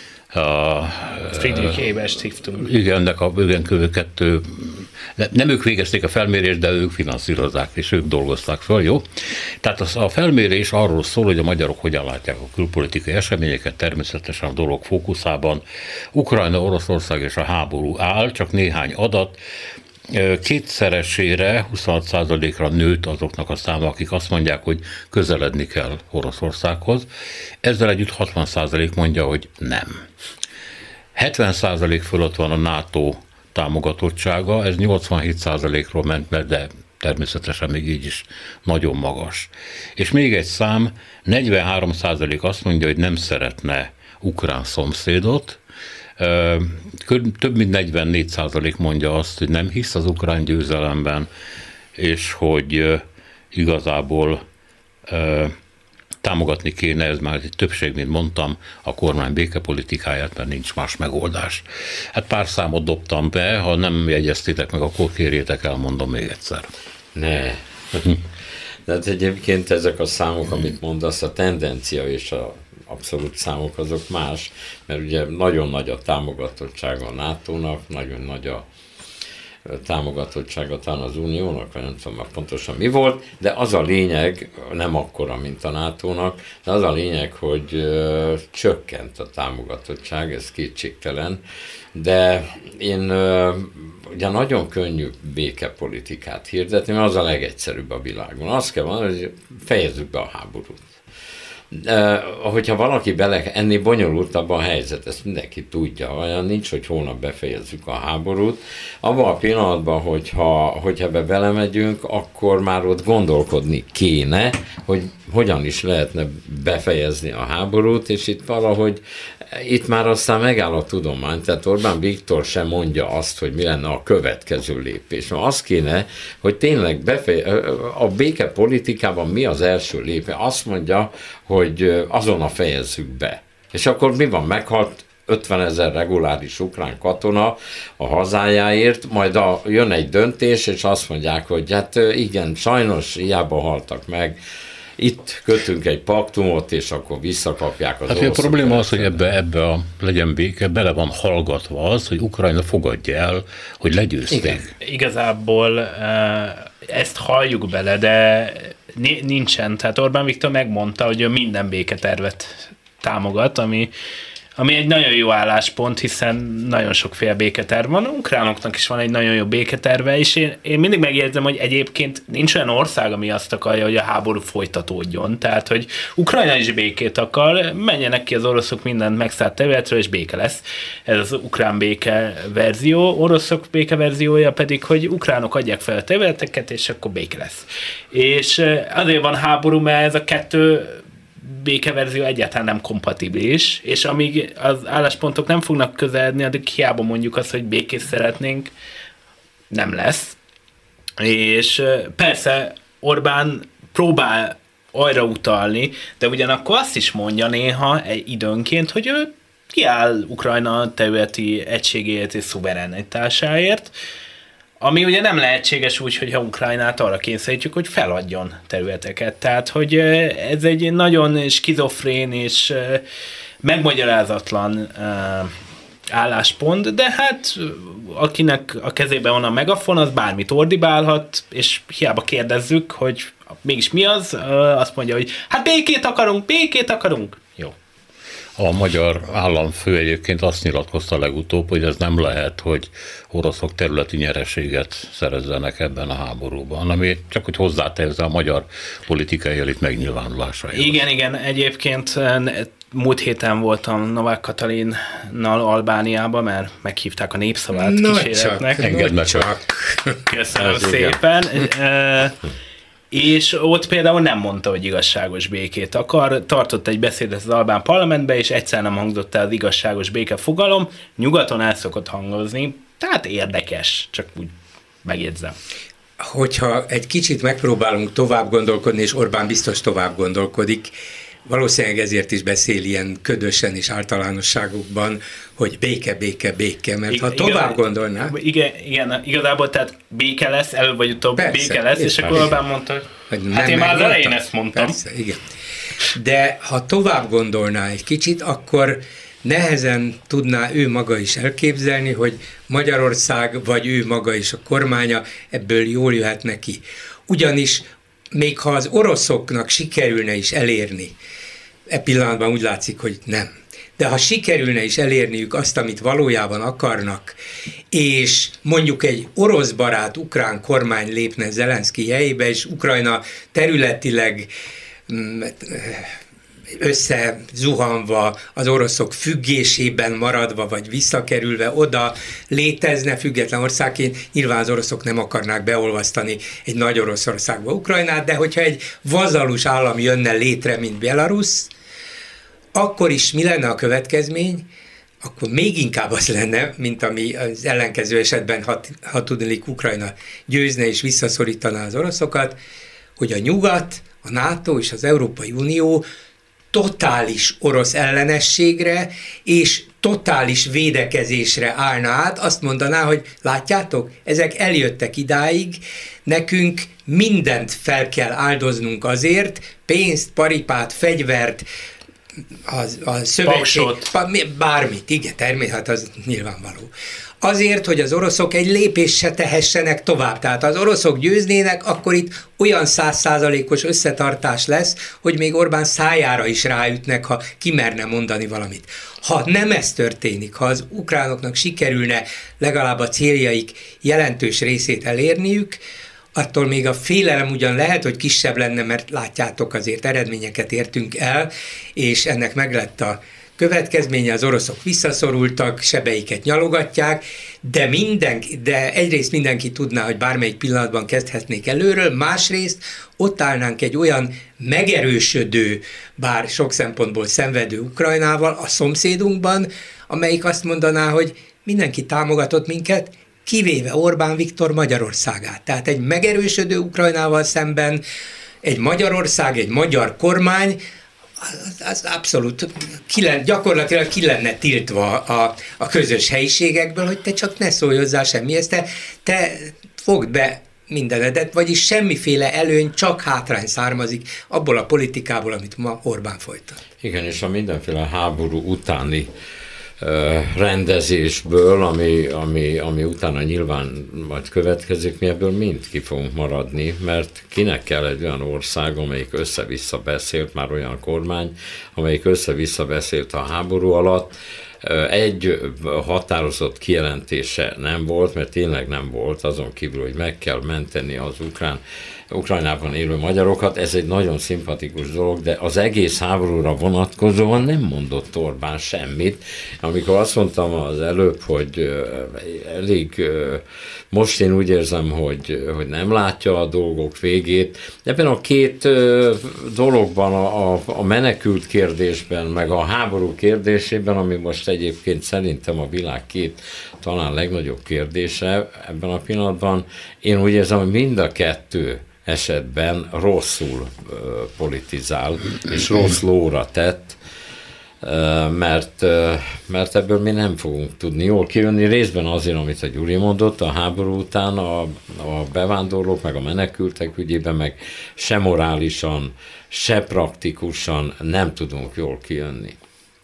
a Friedrich Ebert Stiftung. Igen, ennek a igen, kettő, nem ők végezték a felmérést, de ők finanszírozzák, és ők dolgozták föl, jó? Tehát az, a felmérés arról szól, hogy a magyarok hogyan látják a külpolitikai eseményeket, természetesen a dolog fókuszában. Ukrajna, Oroszország és a háború áll, csak néhány adat. Kétszeresére, huszonhat százalékra nőtt azoknak a száma, akik azt mondják, hogy közeledni kell Oroszországhoz. Ezzel együtt hatvan százalék mondja, hogy nem. hetven százalék fölött van a NATO támogatottsága, ez nyolcvanhét százalékról ment be, de természetesen még így is nagyon magas. És még egy szám, negyvenhárom százalék azt mondja, hogy nem szeretne ukrán szomszédot, több mint negyvennégy százalék mondja azt, hogy nem hisz az ukrán győzelemben, és hogy igazából támogatni kéne, ez már egy többség, mint mondtam, a kormány békepolitikáját, mert nincs más megoldás. Hát pár számot dobtam be, ha nem jegyeztétek meg, akkor kérjétek el, mondom még egyszer. Ne. De hát egyébként ezek a számok, amit mondasz, a tendencia és a abszolút számok azok más, mert ugye nagyon nagy a támogatottsága a nátónak, nagyon nagy a támogatottsága talán az Uniónak, vagy nem tudom már pontosan mi volt, de az a lényeg, nem akkora, mint a nátónak, de az a lényeg, hogy ö, csökkent a támogatottság, ez kétségtelen, de én ö, ugye nagyon könnyű békepolitikát hirdetni, mert az a legegyszerűbb a világon. Azt kell mondani, hogy fejezzük be a háborút. Uh, hogyha valaki bele, ennél bonyolultabb a helyzet, ezt mindenki tudja, olyan nincs, hogy holnap befejezzük a háborút. Abban a pillanatban, hogyha, hogyha be belemegyünk, akkor már ott gondolkodni kéne, hogy hogyan is lehetne befejezni a háborút, és itt valahogy, itt már aztán megáll a tudomány, tehát Orbán Viktor sem mondja azt, hogy mi lenne a következő lépés. Mert az kéne, hogy tényleg befej... a békepolitikában mi az első lépés. Azt mondja, hogy azonnal fejezzük be. És akkor mi van? Meghalt ötvenezer reguláris ukrán katona a hazájáért, majd a, jön egy döntés, és azt mondják, hogy hát igen, sajnos hiába haltak meg, itt kötünk egy paktumot, és akkor visszakapják az hát a probléma az, hogy ebbe, ebbe a legyen béke, bele van hallgatva az, hogy Ukrajna fogadja el, hogy legyőzték. Igen. Igazából ezt halljuk bele, de nincsen. Tehát Orbán Viktor megmondta, hogy ő minden béketervet támogat, ami ami egy nagyon jó álláspont, hiszen nagyon sokféle béketerv van. Ukránoknak is van egy nagyon jó béketerve, és én, én mindig megjegyzem, hogy egyébként nincs olyan ország, ami azt akarja, hogy a háború folytatódjon. Tehát, hogy Ukrajna is békét akar, menjenek ki az oroszok mindent megszállt területről, és béke lesz. Ez az ukrán béke verzió. Oroszok béke verziója pedig, hogy ukránok adják fel a területeket, és akkor béke lesz. És azért van háború, mert ez a kettő békeverzió egyáltalán nem kompatibilis, és amíg az álláspontok nem fognak közeledni, addig hiába mondjuk azt, hogy békés szeretnénk, nem lesz. És persze Orbán próbál arra utalni, de ugyanakkor azt is mondja néha időnként, hogy ő kiáll Ukrajna területi egységéért és szuverenitásáért, ami ugye nem lehetséges úgy, hogyha Ukrajnát arra kényszerítjük, hogy feladjon területeket. Tehát, hogy ez egy nagyon skizofrén és megmagyarázatlan álláspont, de hát akinek a kezében van a megafon, az bármit ordibálhat, és hiába kérdezzük, hogy mégis mi az, azt mondja, hogy hát békét akarunk, békét akarunk. Jó. A magyar államfő egyébként azt nyilatkozta legutóbb, hogy ez nem lehet, hogy oroszok területi nyereséget szerezzenek ebben a háborúban, ami csak hogy hozzátezze a magyar politikai elit megnyilvánulásaihoz. Igen, igen, egyébként múlt héten voltam Novák Katalinnal Albániában, mert meghívták a Népszavát no kíséretnek. Engedd meg csak. Köszönöm ez szépen. És ott például nem mondta, hogy igazságos békét akar, tartott egy beszédet az albán parlamentbe, és egyszer nem hangzott el az igazságos béke fogalom, nyugaton el szokott hangozni, tehát érdekes, csak úgy megjegyzem. Hogyha egy kicsit megpróbálunk tovább gondolkodni, és Orbán biztos tovább gondolkodik, valószínűleg ezért is beszél ilyen ködösen és általánosságokban, hogy béke, béke, béke, mert ha tovább gondolná... Igen, igen, igazából tehát béke lesz, előbb vagy utóbb persze, béke lesz, és akkor Orbán mondta, hogy hát nem, én már az elején ezt mondtam. Persze, igen. De ha tovább gondolná egy kicsit, akkor nehezen tudná ő maga is elképzelni, hogy Magyarország, vagy ő maga is a kormánya ebből jól jöhet neki. Ugyanis még ha az oroszoknak sikerülne is elérni, e pillanatban úgy látszik, hogy nem. De ha sikerülne is elérniük azt, amit valójában akarnak, és mondjuk egy orosz barát ukrán kormány lépne Zelenszky helyébe, és Ukrajna területileg összezuhanva, az oroszok függésében maradva, vagy visszakerülve oda létezne független országként. Nyilván az oroszok nem akarnák beolvasztani egy nagy Oroszországba Ukrajnát, de hogyha egy vazalus állam jönne létre, mint Belarus, akkor is mi lenne a következmény? Akkor még inkább az lenne, mint ami az ellenkező esetben, ha, ha tudnék Ukrajna győzne és visszaszorítaná az oroszokat, hogy a Nyugat, a NATO és az Európai Unió totális orosz ellenességre és totális védekezésre állna át, azt mondaná, hogy látjátok, ezek eljöttek idáig, nekünk mindent fel kell áldoznunk azért, pénzt, paripát, fegyvert, a, a szövetség, bármit, igen, természetesen, hát az nyilvánvaló. Azért, hogy az oroszok egy lépést se tehessenek tovább. Tehát az oroszok győznének, akkor itt olyan száz százalékos összetartás lesz, hogy még Orbán szájára is ráütnek, ha kimerne mondani valamit. Ha nem ez történik, ha az ukránoknak sikerülne legalább a céljaik jelentős részét elérniük, attól még a félelem ugyan lehet, hogy kisebb lenne, mert látjátok, azért eredményeket értünk el, és ennek meg lett a következménye, az oroszok visszaszorultak, sebeiket nyalogatják, de, mindenki, de egyrészt mindenki tudná, hogy bármelyik pillanatban kezdhetnék előről, másrészt ott állnánk egy olyan megerősödő, bár sok szempontból szenvedő Ukrajnával a szomszédunkban, amelyik azt mondaná, hogy mindenki támogatott minket, kivéve Orbán Viktor Magyarországát. Tehát egy megerősödő Ukrajnával szemben egy Magyarország, egy magyar kormány, az, az abszolút ki lenne, gyakorlatilag ki lenne tiltva a, a közös helyiségekből, hogy te csak ne szólj hozzá semmihez, te, te fogd be mindenedet, vagyis semmiféle előny, csak hátrány származik abból a politikából, amit ma Orbán folytat. Igen, és a mindenféle háború utáni rendezésből, ami, ami, ami utána nyilván majd következik, mi ebből mind ki fogunk maradni, mert kinek kell egy olyan ország, amelyik össze-vissza beszélt, már olyan kormány, amelyik össze-vissza beszélt a háború alatt. Egy határozott kijelentése nem volt, mert tényleg nem volt, azon kívül, hogy meg kell menteni az ukrán Ukrajnában élő magyarokat, ez egy nagyon szimpatikus dolog, de az egész háborúra vonatkozóan nem mondott Orbán semmit. Amikor azt mondtam az előbb, hogy elég, most én úgy érzem, hogy, hogy nem látja a dolgok végét. Ebben a két dologban, a, a menekült kérdésben, meg a háború kérdésében, ami most egyébként szerintem a világ két talán legnagyobb kérdése ebben a pillanatban, én úgy érzem, hogy mind a kettő esetben rosszul uh, politizál, és rossz lóra tett, uh, mert, uh, mert ebből mi nem fogunk tudni jól kijönni. Részben azért, amit a Gyuri mondott, a háború után a, a bevándorlók, meg a menekültek ügyében, meg se morálisan, se praktikusan nem tudunk jól kijönni.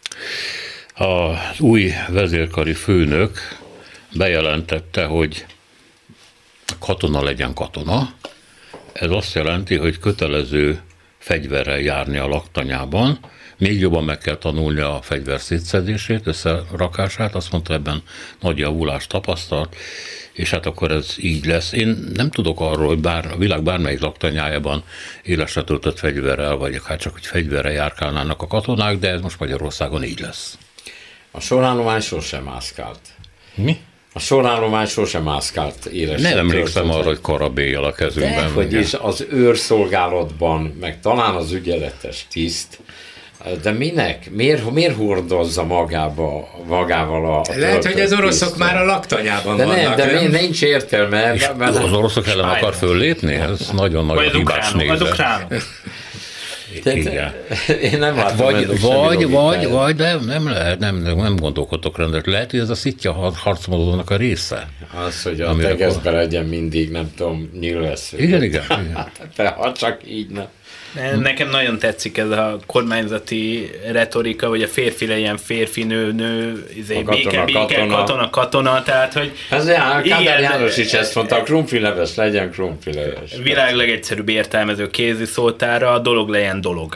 Az új vezérkari főnök bejelentette, hogy katona legyen katona. Ez azt jelenti, hogy kötelező fegyverrel járni a laktanyában, még jobban meg kell tanulni a fegyver szétszedését, összerakását, azt mondta, ebben nagy javulást tapasztalt, és hát akkor ez így lesz. Én nem tudok arról, hogy bár, a világ bármelyik laktanyájában élesre töltött fegyverrel, vagy hát csak hogy fegyverrel járkálnának a katonák, de ez most Magyarországon így lesz. A sorállomány sosem mászkált. Mi? A sorállomány sosem mászkált élesre. Nem emlékszem arra, hogy karabélyjal a kezünkben. De, hogy is az őrszolgálatban, meg talán az ügyeletes tiszt, de minek? Miért, miért hordozza magába, magával a... Lehet, hogy az oroszok tisztet? Már a laktanyában de vannak. Nem, de nem? nincs értelme. És mert az oroszok ellen akar föllépni? Ez nagyon-nagyon hibás nézet. Az ukránok. Igen. Én nem hát vagy, vagy, vagy, vagy, de nem lehet, nem, nem gondolkodtok rendet. Lehet, hogy ez a szitja harcmódónak a része. Az, hogy a tegezbe legyen mindig, nem tudom, nyílvesző. Igen, igen. igen. De ha csak így nem. Nekem nagyon tetszik ez a kormányzati retorika, hogy a férfi legyen férfi, nő, nő, izé, a katona, béke, béke, katona. katona, katona, tehát, hogy... Ez Kádár János is ezt mondta, a krumplileves legyen krumplileves. Világ legegyszerűbb értelmező kézi szótára, a dolog legyen dolog.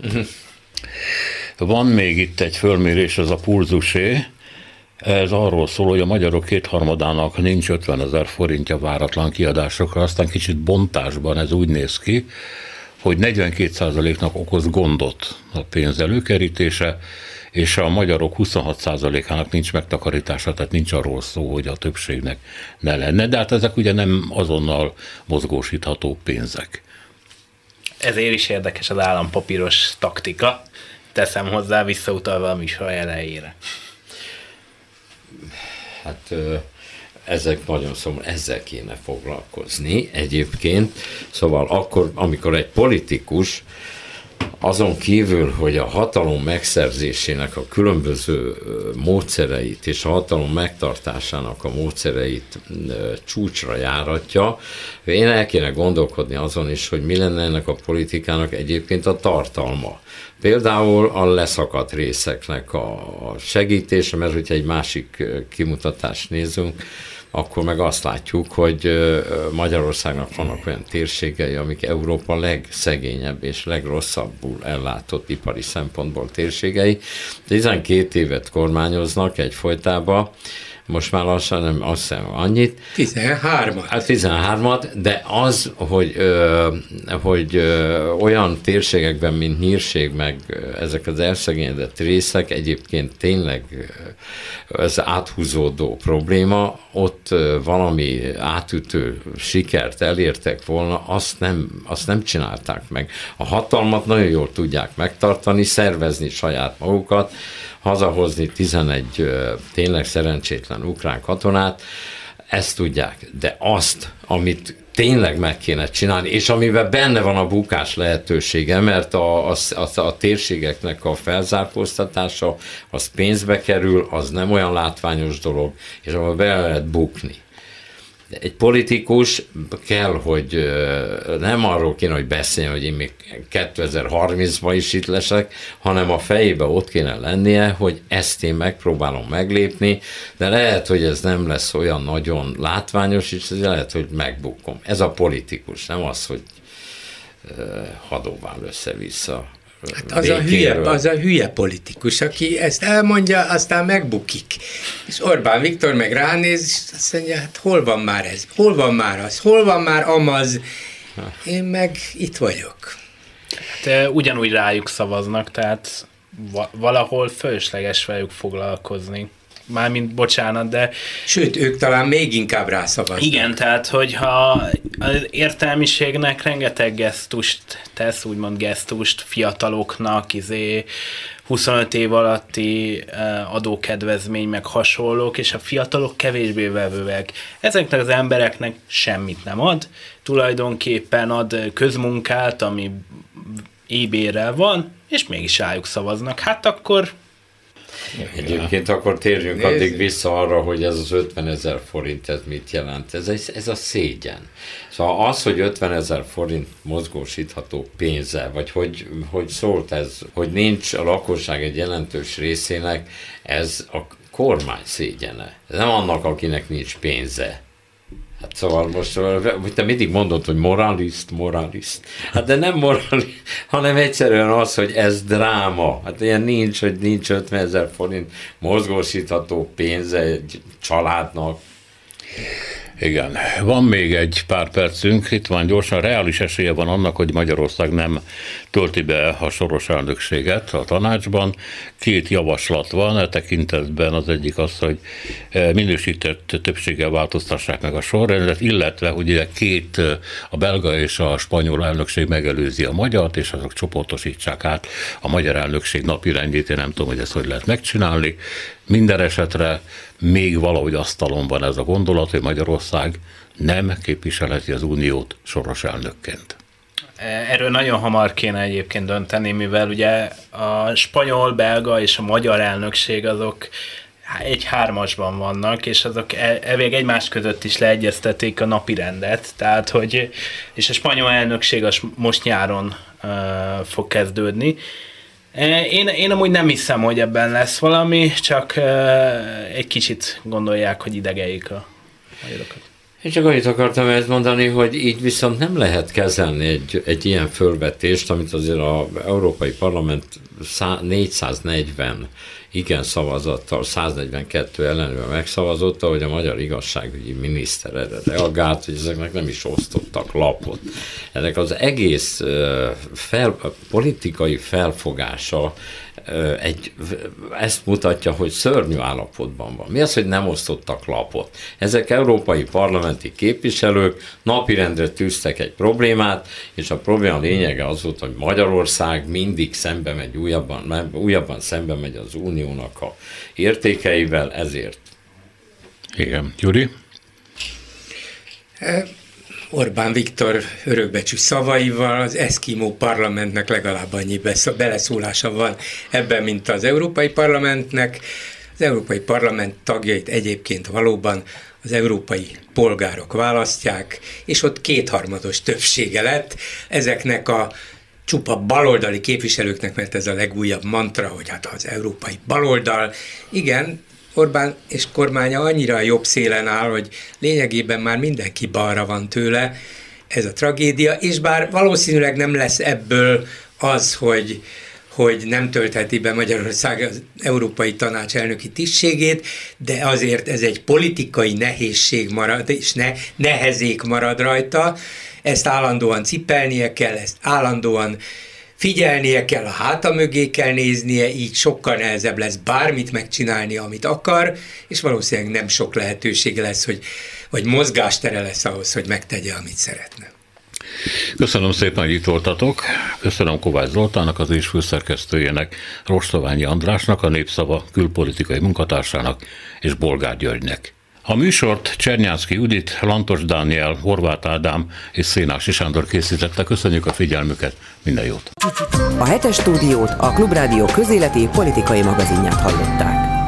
Van még itt egy fölmérés, ez a Pulzusé. Ez arról szól, hogy a magyarok kétharmadának nincs ötvenezer forintja váratlan kiadásokra, aztán kicsit bontásban ez úgy néz ki, hogy negyvenkét százaléknak okoz gondot a pénz előkerítése, és a magyarok huszonhat százalékának nincs megtakarítása, tehát nincs arról szó, hogy a többségnek ne lenne, de hát ezek ugye nem azonnal mozgósítható pénzek. Ezért is érdekes az állampapíros taktika, teszem hozzá visszautalva a műsor elejére. Hát ezek nagyon szomorú, ezzel kéne foglalkozni egyébként. Szóval akkor, amikor egy politikus azon kívül, hogy a hatalom megszerzésének a különböző módszereit és a hatalom megtartásának a módszereit csúcsra járatja, én el kéne gondolkodni azon is, hogy mi lenne ennek a politikának egyébként a tartalma. Például a leszakadt részeknek a segítése, mert hogyha egy másik kimutatást nézünk, akkor meg azt látjuk, hogy Magyarországnak vannak olyan térségei, amik Európa legszegényebb és legrosszabbul ellátott ipari szempontból térségei. tizenkét évet kormányoznak egyfolytában, most már lassan nem azt hiszem annyit. tizenhármat. Hát tizenhármat, de az, hogy, ö, hogy ö, olyan térségekben, mint Nyírség, meg ezek az elszegényedett részek, egyébként tényleg ez áthúzódó probléma, ott valami átütő sikert elértek volna, azt nem, azt nem csinálták meg. A hatalmat nagyon jól tudják megtartani, szervezni saját magukat, hazahozni tizenegy tényleg szerencsétlen ukrán katonát, ezt tudják, de azt, amit tényleg meg kéne csinálni, és amiben benne van a bukás lehetősége, mert a, a, a, a térségeknek a felzárkóztatása, az pénzbe kerül, az nem olyan látványos dolog, és abban bele lehet bukni. De egy politikus kell, hogy nem arról kéne, hogy beszéljen, hogy én még kétezer-harmincban is itt leszek, hanem a fejébe ott kéne lennie, hogy ezt én megpróbálom meglépni, de lehet, hogy ez nem lesz olyan nagyon látványos, és lehet, hogy megbukom. Ez a politikus, nem az, hogy hadóvál össze-vissza. Hát az, a hülye, az a hülye politikus, aki ezt elmondja, aztán megbukik. És Orbán Viktor meg ránéz, és azt mondja, hát hol van már ez? Hol van már az? Hol van már amaz? Én meg itt vagyok. Hát ugyanúgy rájuk szavaznak, tehát valahol fölösleges velük foglalkozni. Mármint, bocsánat, de... Sőt, ők talán még inkább rászavaznak. Igen, tehát, hogyha az értelmiségnek rengeteg gesztust tesz, úgymond gesztust fiataloknak, izé, huszonöt év alatti adókedvezmény, meg hasonlók, és a fiatalok kevésbé vevőek. Ezeknek az embereknek semmit nem ad, tulajdonképpen ad közmunkát, ami é-bérrel van, és mégis rájuk szavaznak. Hát akkor... Egyébként akkor térjünk Nézd. addig vissza arra, hogy ez az ötvenezer forint, ez mit jelent. Ez, ez a szégyen. Szóval az, hogy ötvenezer forint mozgósítható pénze, vagy hogy, hogy szólt ez, hogy nincs a lakosság egy jelentős részének, ez a kormány szégyene. Ez nem annak, akinek nincs pénze. Hát szóval most, te mindig mondod, hogy moralist, moralist. Hát de nem moralist, hanem egyszerűen az, hogy ez dráma. Hát ilyen nincs, hogy nincs ötvenezer forint mozgósítható pénze egy családnak. Igen, van még egy pár percünk, itt van gyorsan, reális esélye van annak, hogy Magyarország nem tölti be a soros elnökséget a tanácsban. Két javaslat van, e tekintetben az egyik az, hogy minősített többséggel változtassák meg a sorrendet, illetve, hogy ugye két, a belga és a spanyol elnökség megelőzi a magyart, és azok csoportosítsák át a magyar elnökség napirendjét, én nem tudom, hogy ezt hogy lehet megcsinálni. Minden esetre még valahogy asztalon van ez a gondolat, hogy Magyarország nem képviselheti az uniót soros elnökként. Erről nagyon hamar kéne egyébként dönteni, mivel ugye a spanyol, belga és a magyar elnökség azok egy hármasban vannak, és azok elvég egymás között is leegyeztették a napirendet, tehát hogy, és a spanyol elnökség az most nyáron uh, fog kezdődni. Én, én amúgy nem hiszem, hogy ebben lesz valami, csak uh, egy kicsit gondolják, hogy idegeljék a magyarokat. Én csak annyit akartam ezt mondani, hogy így viszont nem lehet kezelni egy, egy ilyen fölvetést, amit azért az Európai Parlament négyszáznegyven igen szavazattal, száznegyvenkettő ellenőre megszavazotta, hogy a magyar igazságügyi miniszter erre reagált, hogy ezeknek nem is osztottak lapot. Ennek az egész fel, politikai felfogása egy, ezt mutatja, hogy szörnyű állapotban van. Mi az, hogy nem osztottak lapot? Ezek európai parlamenti képviselők napirendre tűztek egy problémát, és a probléma lényege az volt, hogy Magyarország mindig szembe megy, újabban, újabban szembe megy az uniónak a értékeivel, ezért. Igen. Gyuri? Orbán Viktor örökbecsű szavaival az eszkimó parlamentnek legalább annyi beleszólása van ebben, mint az Európai Parlamentnek. Az Európai Parlament tagjait egyébként valóban az európai polgárok választják, és ott kétharmados többsége lett ezeknek a csupa baloldali képviselőknek, mert ez a legújabb mantra, hogy hát az európai baloldal. Igen, Orbán és kormánya annyira a jobb szélen áll, hogy lényegében már mindenki balra van tőle, ez a tragédia, és bár valószínűleg nem lesz ebből az, hogy, hogy nem töltheti be Magyarország az Európai Tanács elnöki tisztségét, de azért ez egy politikai nehézség marad, és ne, nehezék marad rajta, ezt állandóan cipelnie kell, ezt állandóan figyelnie kell, a háta mögé kell néznie, így sokkal nehezebb lesz bármit megcsinálni, amit akar, és valószínűleg nem sok lehetősége lesz, hogy, vagy mozgástere lesz ahhoz, hogy megtegye, amit szeretne. Köszönöm szépen, hogy itt voltatok. Köszönöm Kovács Zoltánnak, az is főszerkesztőjének, Rostoványi Andrásnak, a Népszava külpolitikai munkatársának és Bolgár Györgynek. A műsort Csernyánszky Judit, Lantos Dániel, Horváth Ádám és Szénási Sándor készítette. Köszönjük a figyelmüket, minden jót! A hetes stúdiót, a Klubrádió közéleti politikai magazinját hallották.